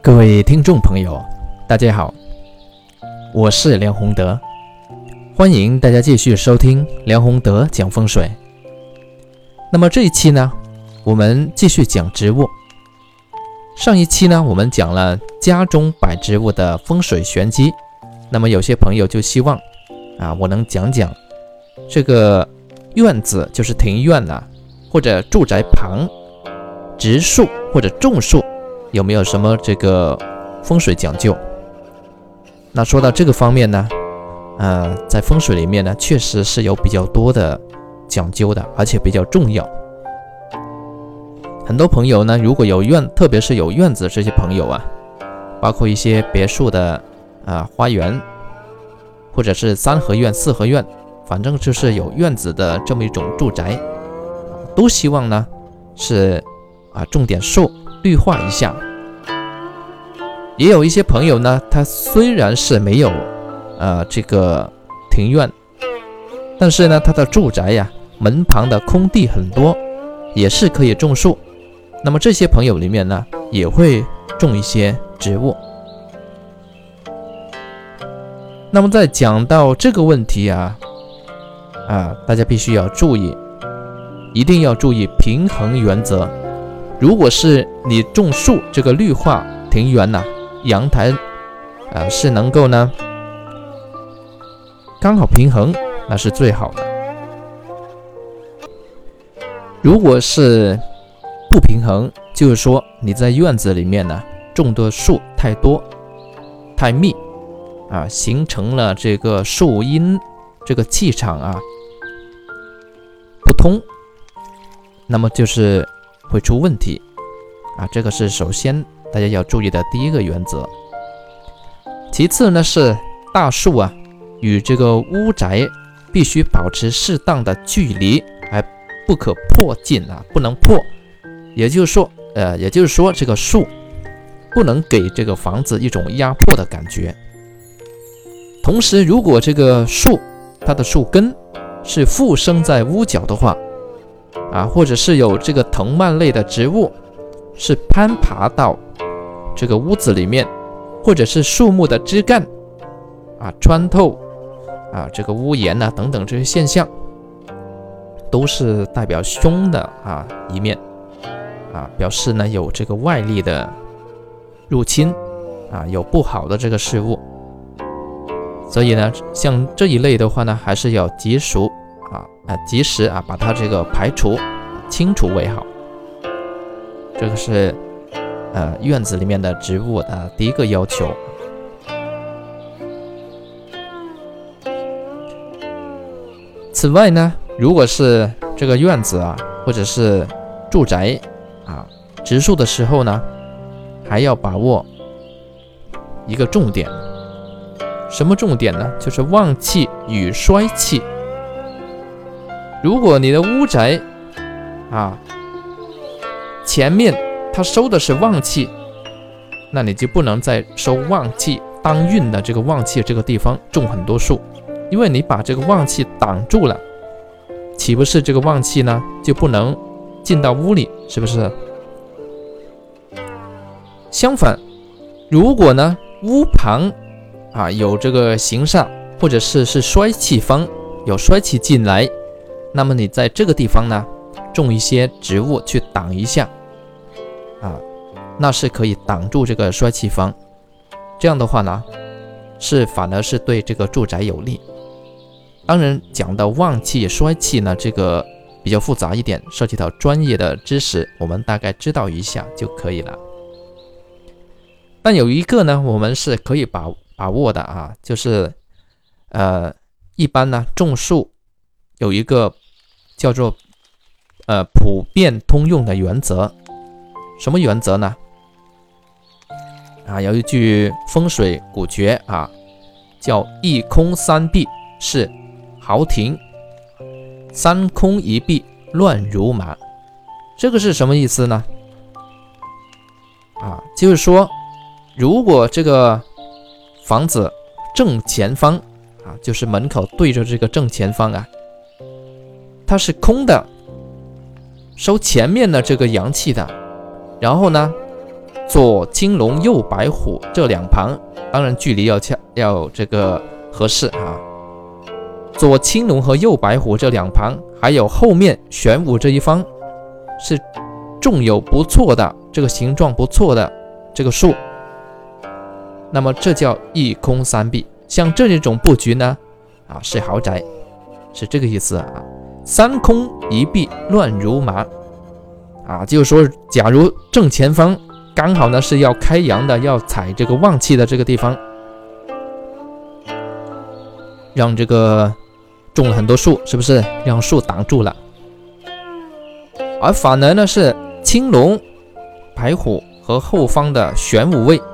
各位听众朋友，大家好，我是梁宏德，欢迎大家继续收听梁宏德讲风水。那么这一期呢，我们继续讲植物。上一期呢，我们讲了家中摆植物的风水玄机。那么有些朋友就希望我能讲讲这个院子，就是庭院或者住宅旁植树或者种树有没有什么这个风水讲究。那说到这个方面呢，在风水里面呢，确实是有比较多的讲究的，而且比较重要。很多朋友呢，如果有特别是有院子，这些朋友包括一些别墅的花园，或者是三合院、四合院，反正就是有院子的这么一种住宅，都希望呢是种点树，绿化一下。也有一些朋友呢，他虽然是没有这个庭院，但是呢他的住宅门旁的空地很多，也是可以种树。那么这些朋友里面呢，也会种一些植物。那么在讲到这个问题大家必须要注意，一定要注意平衡原则。如果是你种树，这个绿化庭园阳台是能够呢刚好平衡，那是最好的。如果是不平衡，就是说你在院子里面种的树太多太密形成了这个树荫这个气场不通，那么就是会出问题这个是首先大家要注意的第一个原则。其次呢，是大树与这个屋宅必须保持适当的距离，还不可迫近不能破。也就是说这个树不能给这个房子一种压迫的感觉。同时，如果这个树它的树根是附生在屋角的话或者是有这个藤蔓类的植物是攀爬到这个屋子里面，或者是树木的枝干穿透这个屋檐等等，这些现象都是代表凶的一面表示呢有这个外力的入侵有不好的这个事物。所以呢，像这一类的话呢，还是要及时把它这个排除清除为好。这个是院子里面的植物的第一个要求。此外呢，如果是这个院子或者是住宅植树的时候呢，还要把握一个重点。什么重点呢？就是旺气与衰气。如果你的屋宅前面它收的是旺气，那你就不能在收旺气当运的这个旺气这个地方种很多树，因为你把这个旺气挡住了，岂不是这个旺气呢就不能进到屋里，是不是？相反，如果呢屋旁有这个形煞，或者是衰气方，有衰气进来，那么你在这个地方呢种一些植物去挡一下那是可以挡住这个衰气方。这样的话呢，反而是对这个住宅有利。当然讲到旺气衰气呢，这个比较复杂一点，涉及到专业的知识，我们大概知道一下就可以了。但有一个呢，我们是可以把握的就是一般呢种树有一个叫做普遍通用的原则。什么原则呢？有一句风水古诀叫一空三壁是豪庭，三空一壁乱如麻。这个是什么意思呢？就是说如果这个房子正前方就是门口对着这个正前方它是空的，收前面的这个阳气的，然后呢左青龙右白虎这两旁，当然距离要这个合适啊。左青龙和右白虎这两旁，还有后面玄武这一方，是种有不错的这个形状不错的这个树，那么这叫一空三壁。像这种布局呢，是豪宅，是这个意思啊。三空一壁乱如麻就是说，假如正前方刚好呢是要开阳的，要采这个旺气的这个地方，让这个种了很多树，是不是让树挡住了？而反而呢是青龙、白虎和后方的玄武位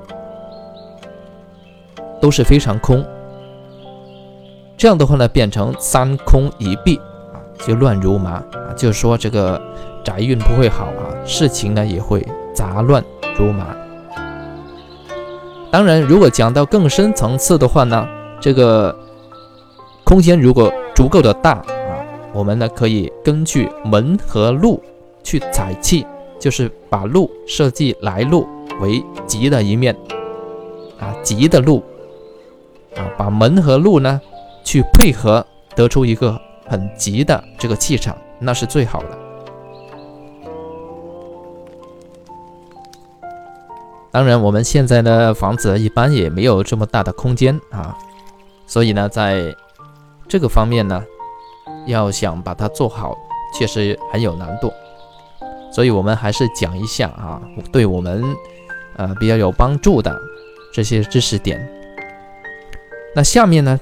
都是非常空，这样的话呢变成三空一壁就乱如麻就是说这个宅运不会好事情呢也会杂乱如麻。当然如果讲到更深层次的话呢，这个空间如果足够的大我们呢可以根据门和路去采气，就是把路设计来路为吉的一面吉的路把门和路呢去配合，得出一个很吉的这个气场，那是最好的。当然我们现在的房子一般也没有这么大的空间所以呢在这个方面呢要想把它做好确实很有难度，所以我们还是讲一下对我们比较有帮助的这些知识点。那下面呢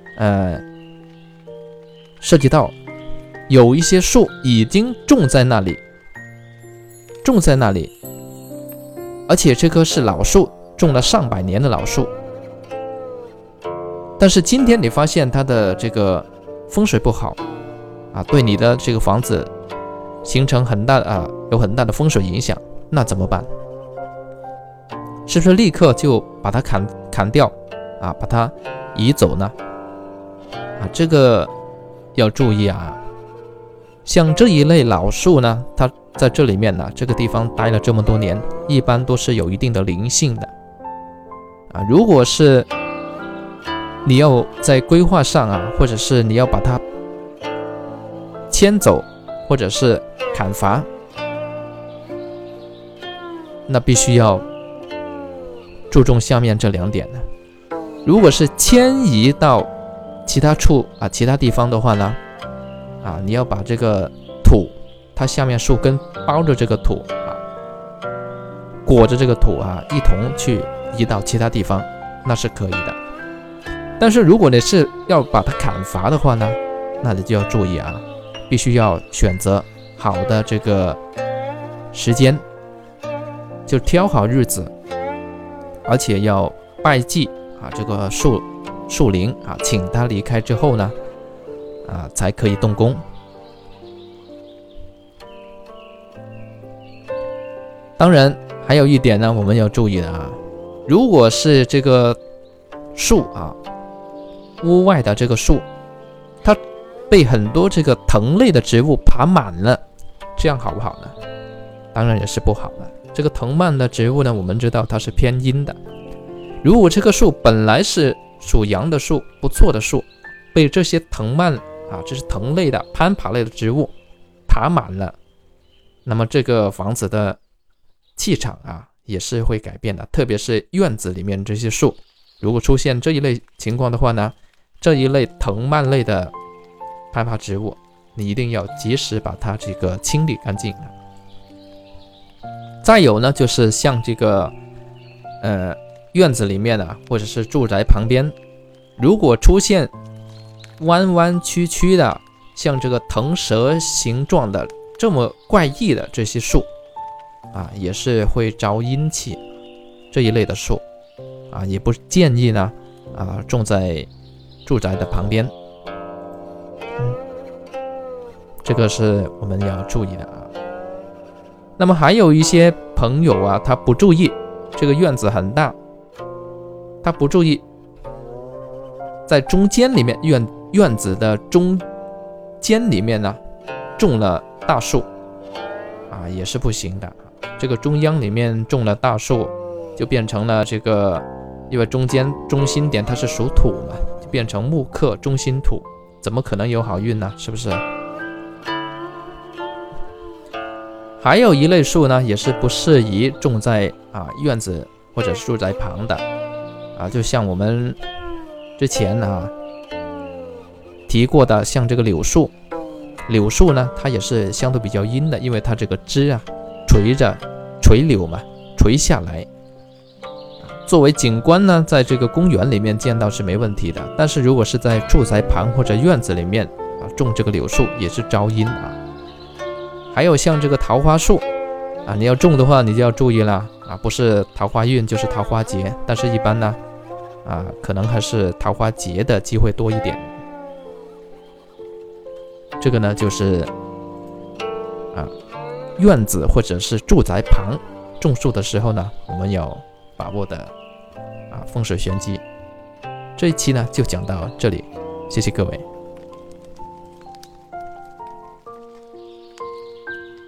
涉及到有一些树已经种在那里，而且这棵是老树，种了上百年的老树，但是今天你发现它的这个风水不好对你的这个房子形成有很大的风水影响，那怎么办？是不是立刻就把它砍掉把它移走呢？这个要注意像这一类老树呢，它在这里面呢这个地方待了这么多年，一般都是有一定的灵性的如果是你要在规划上或者是你要把它迁走或者是砍伐，那必须要注重下面这两点呢。如果是迁移到其他处其他地方的话呢你要把这个土，它下面树根包着这个土裹着这个土一同去移到其他地方，那是可以的。但是如果你是要把它砍伐的话呢，那你就要注意必须要选择好的这个时间，就挑好日子，而且要拜祭这个树灵请他离开之后呢才可以动工。当然还有一点呢我们要注意的如果是这个树屋外的这个树它被很多这个藤类的植物爬满了，这样好不好呢？当然也是不好的。这个藤蔓的植物呢，我们知道它是偏阴的，如果这棵树本来是属阳的树，不错的树，被这些藤蔓这是藤类的攀爬类的植物爬满了，那么这个房子的气场也是会改变的。特别是院子里面这些树，如果出现这一类情况的话呢，这一类藤蔓类的攀爬植物你一定要及时把它这个清理干净。再有呢就是像这个院子里面或者是住宅旁边，如果出现弯弯曲曲的像这个藤蛇形状的这么怪异的这些树也是会招阴气，这一类的树也不建议呢种在住宅的旁边。这个是我们要注意的那么还有一些朋友他不注意，这个院子很大，他不注意在中间里面院子的中间里面呢种了大树， 也是不行的。这个中央里面种了大树，就变成了这个，因为中心点它是属土嘛，就变成木克中心土，怎么可能有好运呢？是不是？还有一类树呢，也是不适宜种在院子或者是住宅旁的就像我们之前提过的，像这个柳树。柳树呢，它也是相对比较阴的，因为它这个枝垂柳嘛，垂下来。作为景观呢，在这个公园里面见到是没问题的，但是如果是在住宅旁或者院子里面种这个柳树也是招阴还有像这个桃花树你要种的话，你就要注意了不是桃花运就是桃花劫，但是一般呢可能还是桃花劫的机会多一点。这个呢就是院子或者是住宅旁种树的时候呢，我们要把握的风水玄机。这一期呢就讲到这里，谢谢各位。